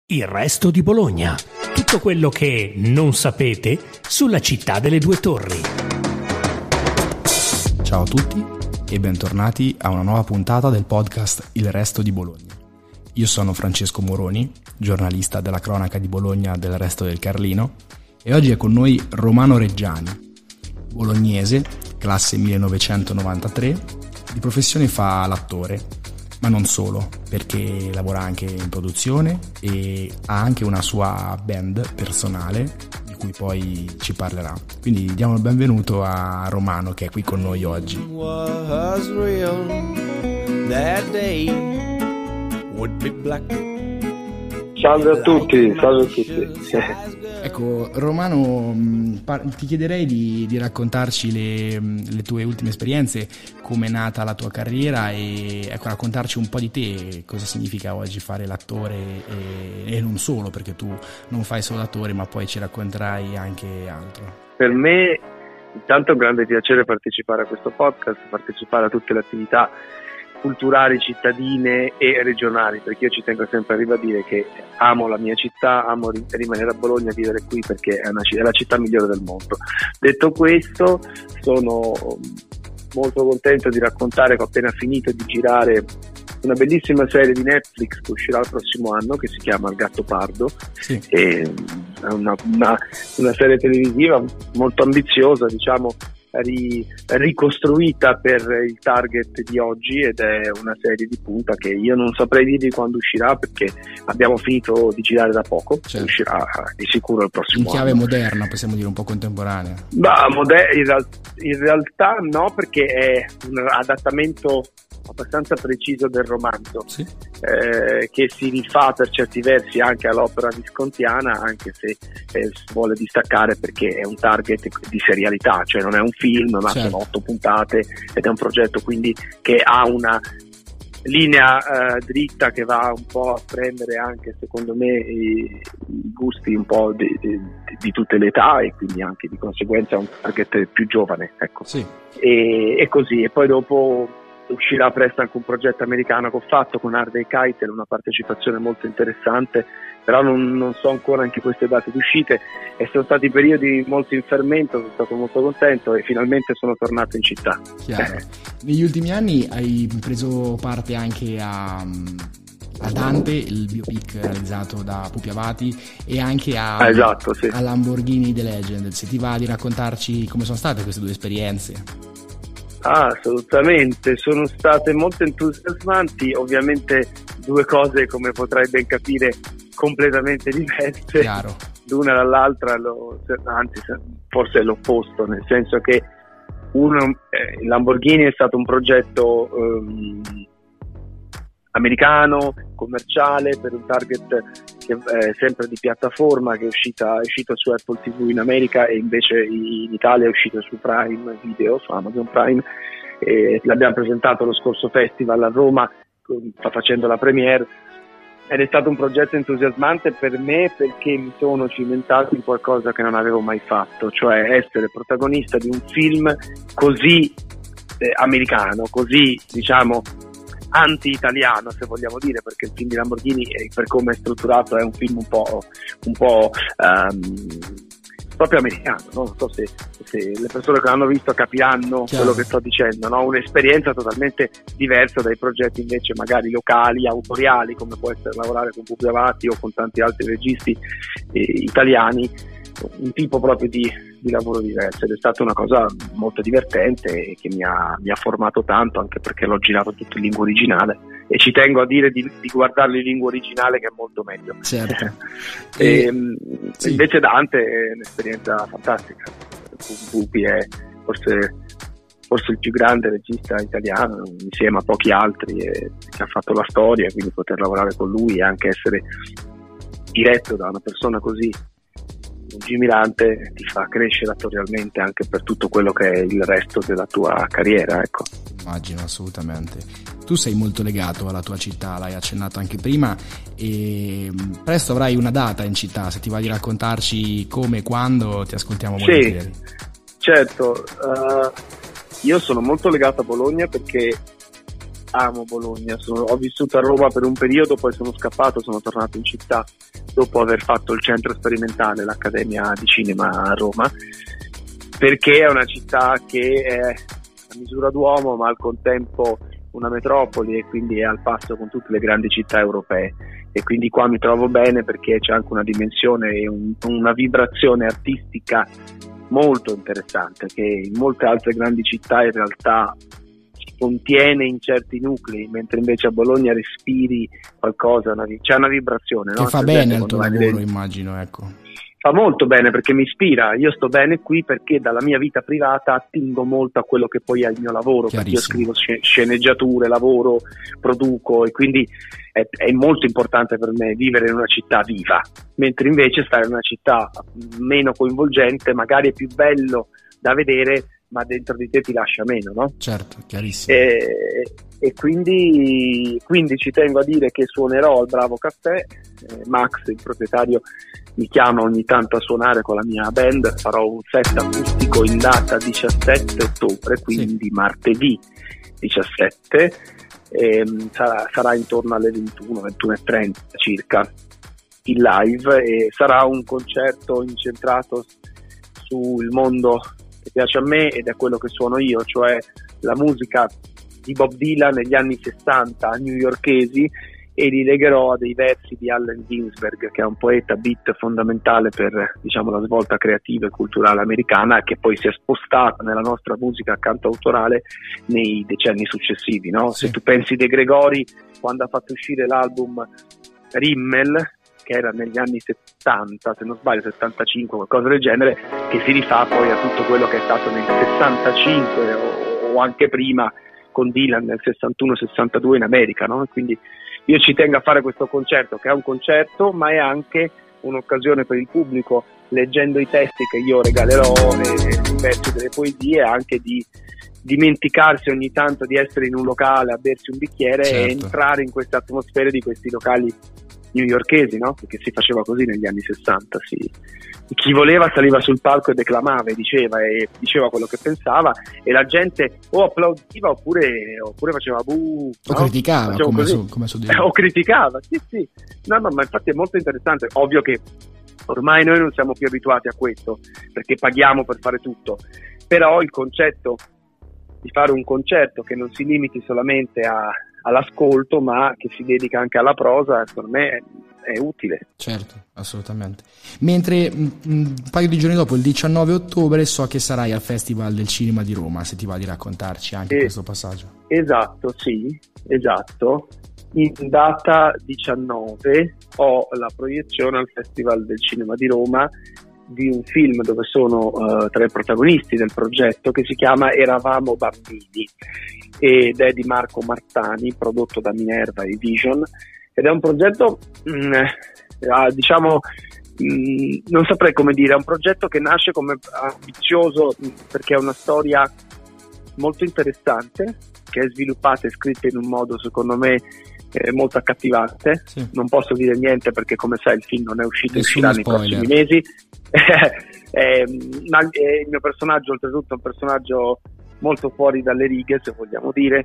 Il resto di Bologna. Tutto quello che non sapete sulla città delle due torri. Ciao a tutti e bentornati a una nuova puntata del podcast Il resto di Bologna. Io sono Francesco Moroni, giornalista della cronaca di Bologna del Resto del Carlino, e oggi è con noi Romano Reggiani, bolognese, classe 1993, di professione fa l'attore. Ma non solo, perché lavora anche in produzione e ha anche una sua band personale di cui poi ci parlerà. Quindi diamo il benvenuto a Romano che è qui con noi oggi. Salve a tutti, salve a tutti. Ecco, Romano, ti chiederei di raccontarci le tue ultime esperienze, come è nata la tua carriera e raccontarci un po' di te, cosa significa oggi fare l'attore e non solo, perché tu non fai solo l'attore ma poi ci racconterai anche altro. Per me intanto è un grande piacere partecipare a questo podcast, partecipare a tutte le attività culturali, cittadine e regionali, perché io ci tengo sempre a ribadire che amo la mia città, amo rimanere a Bologna e vivere qui perché è la città migliore del mondo. Detto questo, sono molto contento di raccontare che ho appena finito di girare una bellissima serie di Netflix che uscirà il prossimo anno, che si chiama Il Gattopardo. Sì. È una serie televisiva molto ambiziosa, diciamo, ricostruita per il target di oggi, ed è una serie di punta che io non saprei dirvi quando uscirà perché abbiamo finito di girare da poco. Certo. Uscirà di sicuro il prossimo in chiave anno. moderna, possiamo dire, un po' contemporanea. In realtà no, perché è un adattamento abbastanza preciso del romanzo. Sì. Che si rifà per certi versi anche all'opera viscontiana, anche se vuole distaccare perché è un target di serialità, cioè non è un film ma certo. Sono 8 puntate ed è un progetto quindi che ha una linea dritta che va un po' a prendere anche secondo me i gusti un po' di tutte le età e quindi anche di conseguenza un target più giovane, ecco. Sì. E così, e poi dopo uscirà presto anche un progetto americano che ho fatto con Harvey Keitel, una partecipazione molto interessante, però non so ancora anche queste date di uscite e sono stati periodi molto in fermento, sono stato molto contento e finalmente sono tornato in città. Chiaro. Negli ultimi anni hai preso parte anche a Dante, il biopic realizzato da Pupi Avati, e anche esatto, sì. a Lamborghini The Legend. Se ti va di raccontarci come sono state queste due esperienze? Assolutamente, sono state molto entusiasmanti, ovviamente due cose, come potrai ben capire, completamente diverse. Chiaro. L'una dall'altra, anzi forse è l'opposto, nel senso che il Lamborghini è stato un progetto americano, commerciale, per un target che è sempre di piattaforma, che è uscito su Apple TV in America e invece in Italia è uscito su Prime Video, su Amazon Prime, e l'abbiamo presentato allo scorso festival a Roma facendo la premiere, ed è stato un progetto entusiasmante per me perché mi sono cimentato in qualcosa che non avevo mai fatto, cioè essere protagonista di un film così americano, così diciamo anti-italiano, se vogliamo dire, perché il film di Lamborghini, per come è strutturato, è un film un po' proprio americano, no? Non so se le persone che l'hanno visto capiranno quello che sto dicendo, no? Un'esperienza totalmente diversa dai progetti invece magari locali, autoriali, come può essere lavorare con Pupi Avati o con tanti altri registi italiani, un tipo proprio di lavoro diverso, ed è stata una cosa molto divertente e che mi ha formato tanto, anche perché l'ho girato tutto in lingua originale e ci tengo a dire di guardarlo in lingua originale, che è molto meglio. Certo. Sì. Invece Dante è un'esperienza fantastica. Pupi è forse il più grande regista italiano insieme a pochi altri, che ha fatto la storia, quindi poter lavorare con lui e anche essere diretto da una persona così lungimirante ti fa crescere attorialmente anche per tutto quello che è il resto della tua carriera, ecco. Immagino, assolutamente. Tu sei molto legato alla tua città, l'hai accennato anche prima, e presto avrai una data in città. Se ti va di raccontarci come e quando, ti ascoltiamo volentieri. Certo, io sono molto legato a Bologna perché amo Bologna, ho vissuto a Roma per un periodo, poi sono scappato, sono tornato in città dopo aver fatto il centro sperimentale, l'Accademia di Cinema a Roma, perché è una città che è a misura d'uomo ma al contempo una metropoli e quindi è al passo con tutte le grandi città europee, e quindi qua mi trovo bene perché c'è anche una dimensione e una vibrazione artistica molto interessante che in molte altre grandi città in realtà contiene in certi nuclei, mentre invece a Bologna respiri qualcosa, c'è una vibrazione, che no? fa bene al tuo lavoro, immagino, ecco. Fa molto bene perché mi ispira, io sto bene qui perché dalla mia vita privata attingo molto a quello che poi è il mio lavoro, perché io scrivo sceneggiature, lavoro, produco, e quindi è molto importante per me vivere in una città viva, mentre invece stare in una città meno coinvolgente magari è più bello da vedere, ma dentro di te ti lascia meno, no? Certo, chiarissimo. E quindi ci tengo a dire che suonerò al Bravo Caffè. Max, il proprietario, mi chiama ogni tanto a suonare con la mia band. Farò un set acustico in data 17 ottobre, quindi sì, martedì 17, sarà intorno alle 21:30 circa il live, e sarà un concerto incentrato sul mondo che piace a me ed è quello che suono io, cioè la musica di Bob Dylan negli anni 60 newyorkesi, e li legherò a dei versi di Allen Ginsberg, che è un poeta beat fondamentale per, diciamo, la svolta creativa e culturale americana, che poi si è spostata nella nostra musica cantautorale nei decenni successivi, no? Sì. Se tu pensi De Gregori, quando ha fatto uscire l'album Rimmel, che era negli anni 70, se non sbaglio 75, qualcosa del genere, che si rifà poi a tutto quello che è stato nel 65 o anche prima con Dylan nel 61-62 in America, no? Quindi io ci tengo a fare questo concerto, che è un concerto ma è anche un'occasione per il pubblico, leggendo i testi che io regalerò, i versi delle poesie, anche di dimenticarsi ogni tanto di essere in un locale a bersi un bicchiere, certo, e entrare in queste atmosfere di questi locali newyorkesi, no? Perché si faceva così negli anni 60, chi voleva saliva sul palco e declamava e diceva quello che pensava, e la gente o applaudiva oppure faceva buh, o no? Criticava, come su o criticava, sì. No, ma infatti è molto interessante. Ovvio che ormai noi non siamo più abituati a questo perché paghiamo per fare tutto, però il concetto di fare un concerto che non si limiti solamente all'ascolto ma che si dedica anche alla prosa, secondo me è utile. Certo, assolutamente. Mentre un paio di giorni dopo, il 19 ottobre, so che sarai al Festival del Cinema di Roma, se ti va di raccontarci anche questo passaggio. Esatto, sì, esatto. In data 19 ho la proiezione al Festival del Cinema di Roma di un film dove sono tra i protagonisti del progetto, che si chiama Eravamo bambini, ed è di Marco Martani, prodotto da Minerva e Vision, ed è un progetto diciamo non saprei come dire, è un progetto che nasce come ambizioso perché è una storia molto interessante, che è sviluppata e scritta in un modo secondo me molto accattivante. Sì. Non posso dire niente perché, come sai, il film non è uscito, uscirà nei prossimi mesi. Ma il mio personaggio oltretutto è un personaggio molto fuori dalle righe, se vogliamo dire,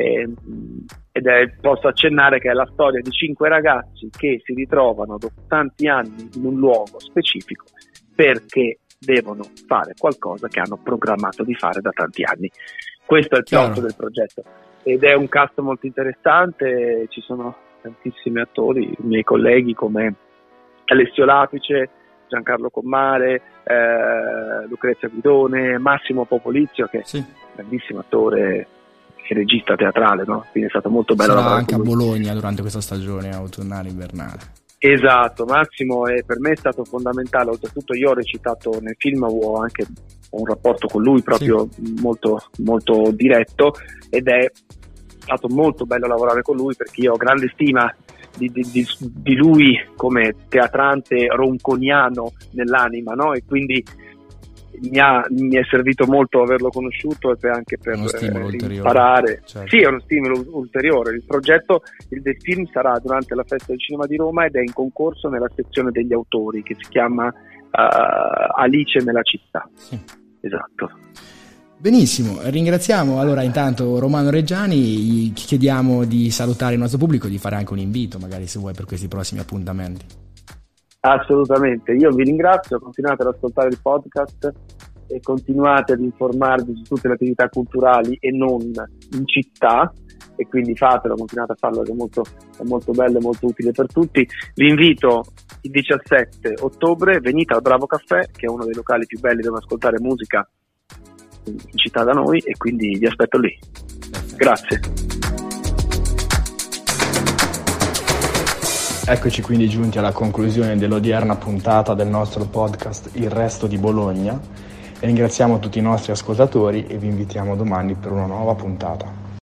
posso accennare che è la storia di 5 ragazzi che si ritrovano dopo tanti anni in un luogo specifico perché devono fare qualcosa che hanno programmato di fare da tanti anni. Questo è il plot del progetto ed è un cast molto interessante, ci sono tantissimi attori, i miei colleghi come Alessio Lapice, Giancarlo Commare, Lucrezia Guidone, Massimo Popolizio, che è un grandissimo attore e regista teatrale, no? Quindi è stato molto bello lavorare anche a Bologna durante questa stagione autunnale invernale. Esatto, Massimo per me è stato fondamentale, oltretutto io ho recitato nel film, ho anche un rapporto con lui proprio molto, molto diretto, ed è stato molto bello lavorare con lui perché io ho grande stima di lui come teatrante ronconiano nell'anima, no? E quindi mi è servito molto averlo conosciuto e anche per imparare. Certo. Sì, è uno stimolo ulteriore. Il progetto del film sarà durante la Festa del Cinema di Roma ed è in concorso nella sezione degli autori che si chiama Alice nella città. Sì. Esatto. Benissimo, ringraziamo allora intanto Romano Reggiani, gli chiediamo di salutare il nostro pubblico, di fare anche un invito magari se vuoi per questi prossimi appuntamenti. Assolutamente, io vi ringrazio, continuate ad ascoltare il podcast e continuate ad informarvi su tutte le attività culturali e non in città, e quindi fatelo, continuate a farlo, che è molto bello e molto utile per tutti. Vi invito il 17 ottobre, venite al Bravo Caffè, che è uno dei locali più belli dove ascoltare musica in città da noi, e quindi vi aspetto lì. Grazie. Eccoci quindi giunti alla conclusione dell'odierna puntata del nostro podcast Il Resto di Bologna. Ringraziamo tutti i nostri ascoltatori e vi invitiamo domani per una nuova puntata.